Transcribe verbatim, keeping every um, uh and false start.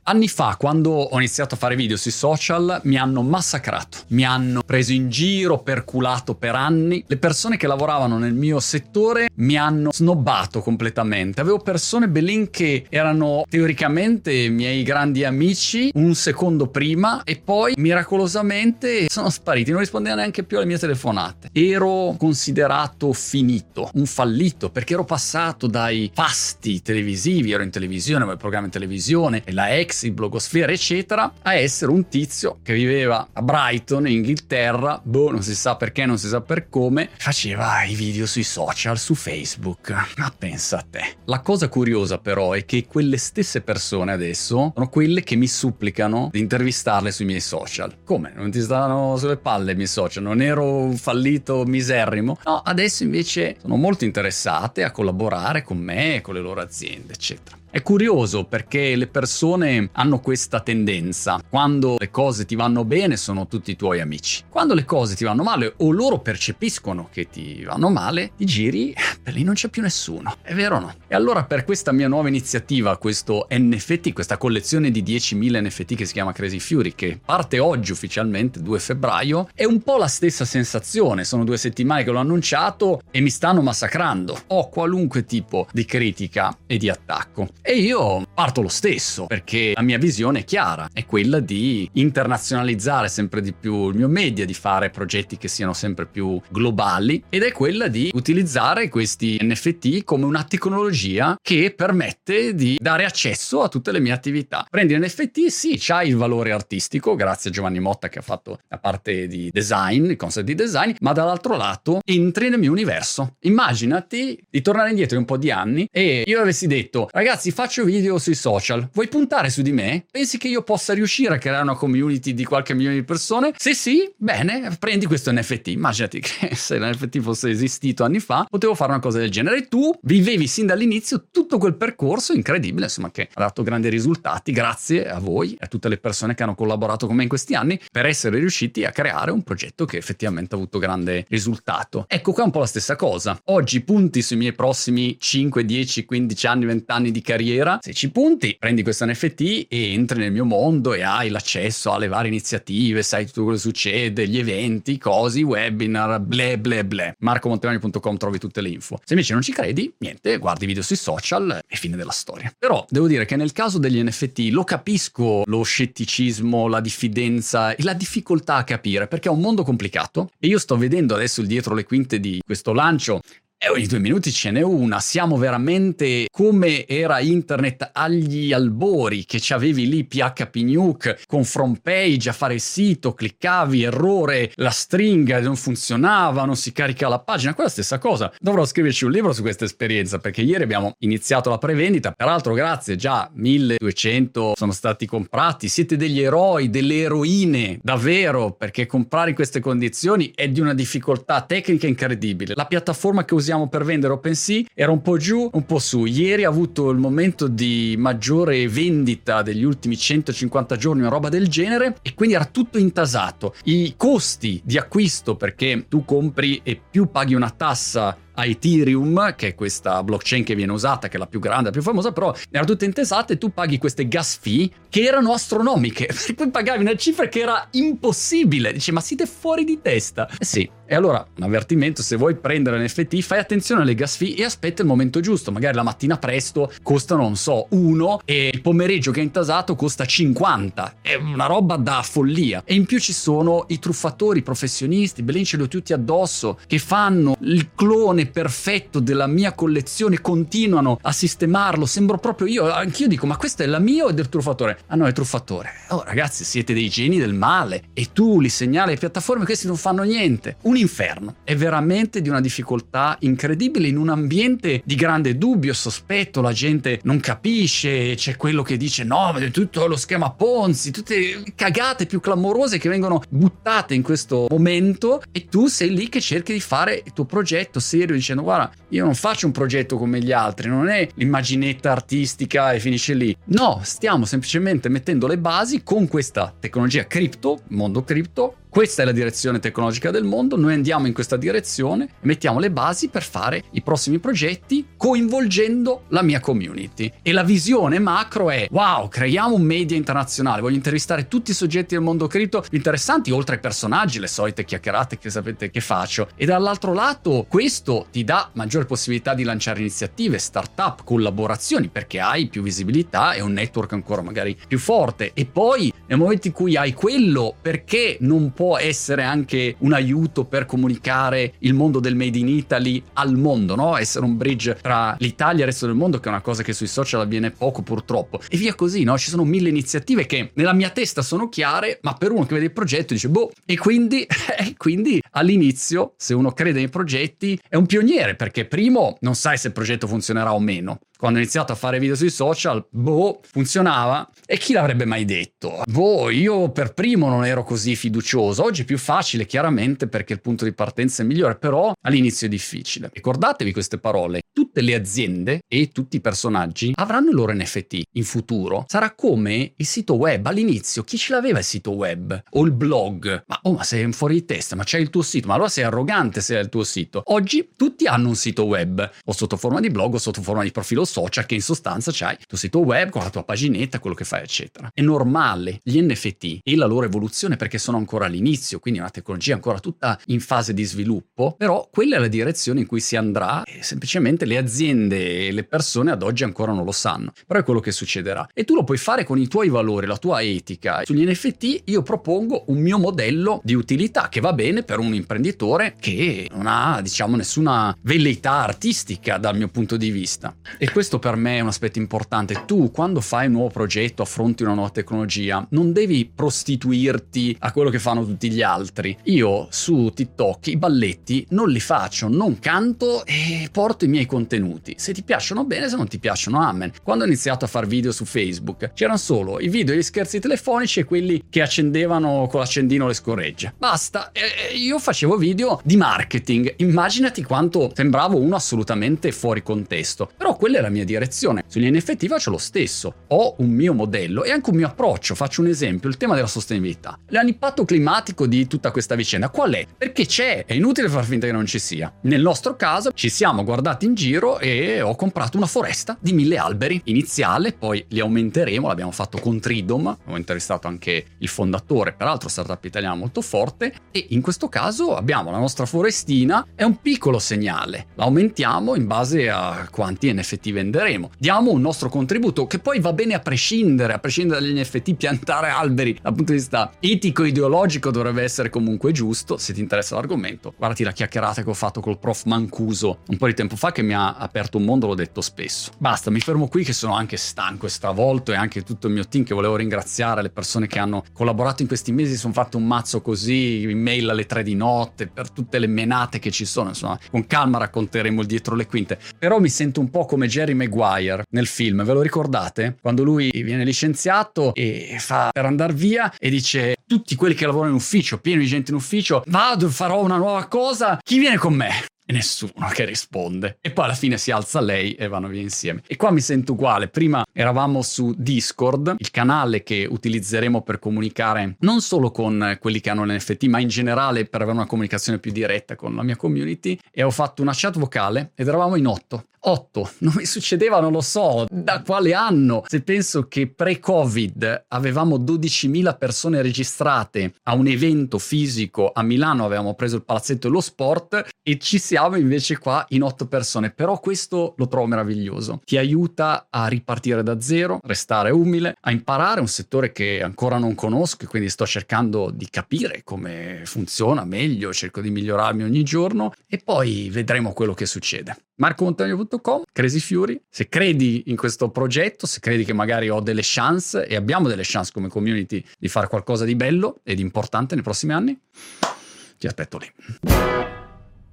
Anni fa, quando ho iniziato a fare video sui social, mi hanno massacrato, mi hanno preso in giro, perculato per anni. Le persone che lavoravano nel mio settore mi hanno snobbato completamente. Avevo persone belin che erano teoricamente miei grandi amici un secondo prima e poi miracolosamente sono spariti, non rispondevano neanche più alle mie telefonate. Ero considerato finito, un fallito, perché ero passato dai fasti televisivi, ero in televisione, avevo il programma in televisione, e la ex, il blogosfera eccetera, a essere un tizio che viveva a Brighton in Inghilterra, boh, non si sa perché, non si sa per come, faceva i video sui social, su Facebook. Ma pensa a te. La cosa curiosa però è che quelle stesse persone adesso sono quelle che mi supplicano di intervistarle sui miei social. Come? Non ti stavano sulle palle i miei social? Non ero un fallito miserrimo? No, adesso invece sono molto interessate a collaborare con me, con le loro aziende, eccetera. È curioso perché le persone hanno questa tendenza. Quando le cose ti vanno bene sono tutti i tuoi amici. Quando le cose ti vanno male o loro percepiscono che ti vanno male, ti giri, per lì non c'è più nessuno. È vero o no? E allora per questa mia nuova iniziativa, questo N F T, questa collezione di diecimila N F T che si chiama Crazy Fury, che parte oggi ufficialmente, due febbraio, è un po' la stessa sensazione. Sono due settimane che l'ho annunciato e mi stanno massacrando. Ho qualunque tipo di critica e di attacco. E io parto lo stesso, perché la mia visione è chiara, è quella di internazionalizzare sempre di più il mio media, di fare progetti che siano sempre più globali, ed è quella di utilizzare questi N F T come una tecnologia che permette di dare accesso a tutte le mie attività. Prendi l'N F T, sì, c'ha il valore artistico, grazie a Giovanni Motta che ha fatto la parte di design, il concept di design, ma dall'altro lato entri nel mio universo. Immaginati di tornare indietro un po' di anni e io avessi detto: ragazzi, faccio video sui social, vuoi puntare su di me? Pensi che io possa riuscire a creare una community di qualche milione di persone? Se sì, bene, prendi questo N F T. Immaginati che se l'N F T fosse esistito anni fa, potevo fare una cosa del genere. E tu vivevi sin dall'inizio tutto quel percorso incredibile, insomma, che ha dato grandi risultati grazie a voi e a tutte le persone che hanno collaborato con me in questi anni per essere riusciti a creare un progetto che effettivamente ha avuto grande risultato. Ecco qua un po' la stessa cosa. Oggi punti sui miei prossimi cinque, dieci, quindici anni, venti anni di carriera. Se ci punti, prendi questo N F T e entri nel mio mondo e hai l'accesso alle varie iniziative, sai tutto quello che succede, gli eventi, cosi, webinar, ble ble ble. marco montemagno punto com trovi tutte le info. Se invece non ci credi, niente, guardi video sui social e fine della storia. Però devo dire che nel caso degli N F T lo capisco lo scetticismo, la diffidenza e la difficoltà a capire, perché è un mondo complicato e io sto vedendo adesso il dietro le quinte di questo lancio. E ogni due minuti ce n'è una. Siamo veramente come era internet agli albori, che ci avevi lì P H P Nuke con front page a fare il sito, cliccavi, errore, la stringa non funzionava, non si carica la pagina. Quella stessa cosa. Dovrò scriverci un libro su questa esperienza, perché ieri abbiamo iniziato la prevendita. Peraltro grazie, già milleduecento sono stati comprati. Siete degli eroi, delle eroine, davvero, perché comprare in queste condizioni è di una difficoltà tecnica incredibile. La piattaforma che usiamo per vendere OpenSea era un po' giù, un po' su. Ieri ha avuto il momento di maggiore vendita degli ultimi centocinquanta giorni, una roba del genere, e quindi era tutto intasato. I costi di acquisto, perché tu compri e più paghi una tassa a Ethereum, che è questa blockchain che viene usata, che è la più grande, la più famosa, però erano tutte intasate e tu paghi queste gas fee che erano astronomiche, perché poi pagavi una cifra che era impossibile. Dice, ma siete fuori di testa? Eh sì. E allora un avvertimento: se vuoi prendere un N F T fai attenzione alle gas fee e aspetta il momento giusto. Magari la mattina presto costano, non so, uno, e il pomeriggio che è intasato costa cinquanta. È una roba da follia. E in più ci sono i truffatori professionisti, belin ce li ho tutti addosso, che fanno il clone perfetto della mia collezione, continuano a sistemarlo. Sembro proprio io, anch'io dico, ma questa è la mia o è del truffatore? Ah no, è truffatore. Oh ragazzi, siete dei geni del male e tu li segnali alle piattaforme, questi non fanno niente. Un inferno. È veramente di una difficoltà incredibile in un ambiente di grande dubbio, sospetto, la gente non capisce, c'è quello che dice no, ma è tutto lo schema Ponzi, tutte cagate più clamorose che vengono buttate in questo momento, e tu sei lì che cerchi di fare il tuo progetto serio dicendo guarda, io non faccio un progetto come gli altri, non è l'immaginetta artistica e finisce lì. No, stiamo semplicemente mettendo le basi con questa tecnologia cripto, mondo cripto, Questa è la direzione tecnologica del mondo, noi andiamo in questa direzione e mettiamo le basi per fare i prossimi progetti coinvolgendo la mia community. E la visione macro è: wow, creiamo un media internazionale, voglio intervistare tutti i soggetti del mondo cripto interessanti, oltre ai personaggi, le solite chiacchierate che sapete che faccio. E dall'altro lato questo ti dà maggiore possibilità di lanciare iniziative, startup, collaborazioni, perché hai più visibilità e un network ancora magari più forte. E poi nel momento in cui hai quello, perché non può essere anche un aiuto per comunicare il mondo del Made in Italy al mondo, no? Essere un bridge tra l'Italia e il resto del mondo, che è una cosa che sui social avviene poco purtroppo. E via così, no? Ci sono mille iniziative che nella mia testa sono chiare, ma per uno che vede il progetto dice boh. E quindi, eh, quindi all'inizio, se uno crede nei progetti, è un pioniere, perché primo non sai se il progetto funzionerà o meno. Quando ho iniziato a fare video sui social, boh, funzionava. E chi l'avrebbe mai detto? Boh, io per primo non ero così fiducioso. Oggi è più facile, chiaramente, perché il punto di partenza è migliore, però all'inizio è difficile. Ricordatevi queste parole. Tutte le aziende e tutti i personaggi avranno il loro N F T in futuro. Sarà come il sito web. All'inizio chi ce l'aveva il sito web? O il blog? Ma, oh, ma sei fuori di testa, ma c'hai il tuo sito. Ma allora sei arrogante se hai il tuo sito. Oggi tutti hanno un sito web, o sotto forma di blog o sotto forma di profilo social, che in sostanza c'hai il tuo sito web con la tua paginetta, quello che fai, eccetera. È normale gli N F T e la loro evoluzione, perché sono ancora all'inizio, quindi è una tecnologia ancora tutta in fase di sviluppo, però quella è la direzione in cui si andrà e semplicemente le aziende e le persone ad oggi ancora non lo sanno, però è quello che succederà. E tu lo puoi fare con i tuoi valori, la tua etica. Sugli N F T io propongo un mio modello di utilità che va bene per un imprenditore che non ha, diciamo, nessuna velleità artistica dal mio punto di vista. E questo per me è un aspetto importante. Tu, quando fai un nuovo progetto, affronti una nuova tecnologia, non devi prostituirti a quello che fanno tutti gli altri. Io su TikTok i balletti non li faccio, non canto e porto i miei contenuti. Se ti piacciono bene, se non ti piacciono amen. Quando ho iniziato a fare video su Facebook c'erano solo i video e gli scherzi telefonici e quelli che accendevano con l'accendino le scorregge. Basta. E io facevo video di marketing. Immaginati quanto sembravo uno assolutamente fuori contesto. Però quella è la mia direzione. Sugli N F T faccio lo stesso. Ho un mio modello e anche un mio approccio. Faccio un esempio, il tema della sostenibilità. L'impatto climatico di tutta questa vicenda qual è? Perché c'è, è inutile far finta che non ci sia. Nel nostro caso ci siamo guardati in giro e ho comprato una foresta di mille alberi iniziale, poi li aumenteremo, l'abbiamo fatto con Tridom, ho intervistato anche il fondatore, peraltro startup italiana molto forte, e in questo caso abbiamo la nostra forestina, è un piccolo segnale, la aumentiamo in base a quanti N F T venderemo, diamo un nostro contributo che poi va bene a prescindere, a prescindere dagli N F T, piantare alberi dal punto di vista etico-ideologico dovrebbe essere comunque giusto. Se ti interessa l'argomento, guardati la chiacchierata che ho fatto col prof Mancuso un po' di tempo fa, che mi ha aperto un mondo, l'ho detto spesso. Basta, mi fermo qui che sono anche stanco e stravolto, e anche tutto il mio team, che volevo ringraziare, le persone che hanno collaborato in questi mesi. Sono fatto un mazzo così, email alle tre di notte per tutte le menate che ci sono, insomma con calma racconteremo il dietro le quinte. Però mi sento un po' come Jerry Maguire nel film, ve lo ricordate? Quando lui viene licenziato e fa per andare via e dice: tutti quelli che lavorano in ufficio, pieno di gente in ufficio, vado, farò una nuova cosa, chi viene con me? E nessuno che risponde. E poi alla fine si alza lei e vanno via insieme. E qua mi sento uguale. Prima eravamo su Discord, il canale che utilizzeremo per comunicare non solo con quelli che hanno l'N F T, ma in generale per avere una comunicazione più diretta con la mia community, e ho fatto una chat vocale ed eravamo in otto. otto. Non mi succedeva, non lo so, da quale anno. Se penso che pre-Covid avevamo dodicimila persone registrate a un evento fisico a Milano, avevamo preso il palazzetto dello sport, e ci siamo invece qua in otto persone. Però questo lo trovo meraviglioso. Ti aiuta a ripartire da zero, restare umile, a imparare un settore che ancora non conosco e quindi sto cercando di capire come funziona meglio, cerco di migliorarmi ogni giorno e poi vedremo quello che succede. marco montagno punto com, Crazy Fury. Se credi in questo progetto, se credi che magari ho delle chance e abbiamo delle chance come community di fare qualcosa di bello e di importante nei prossimi anni, ti aspetto lì.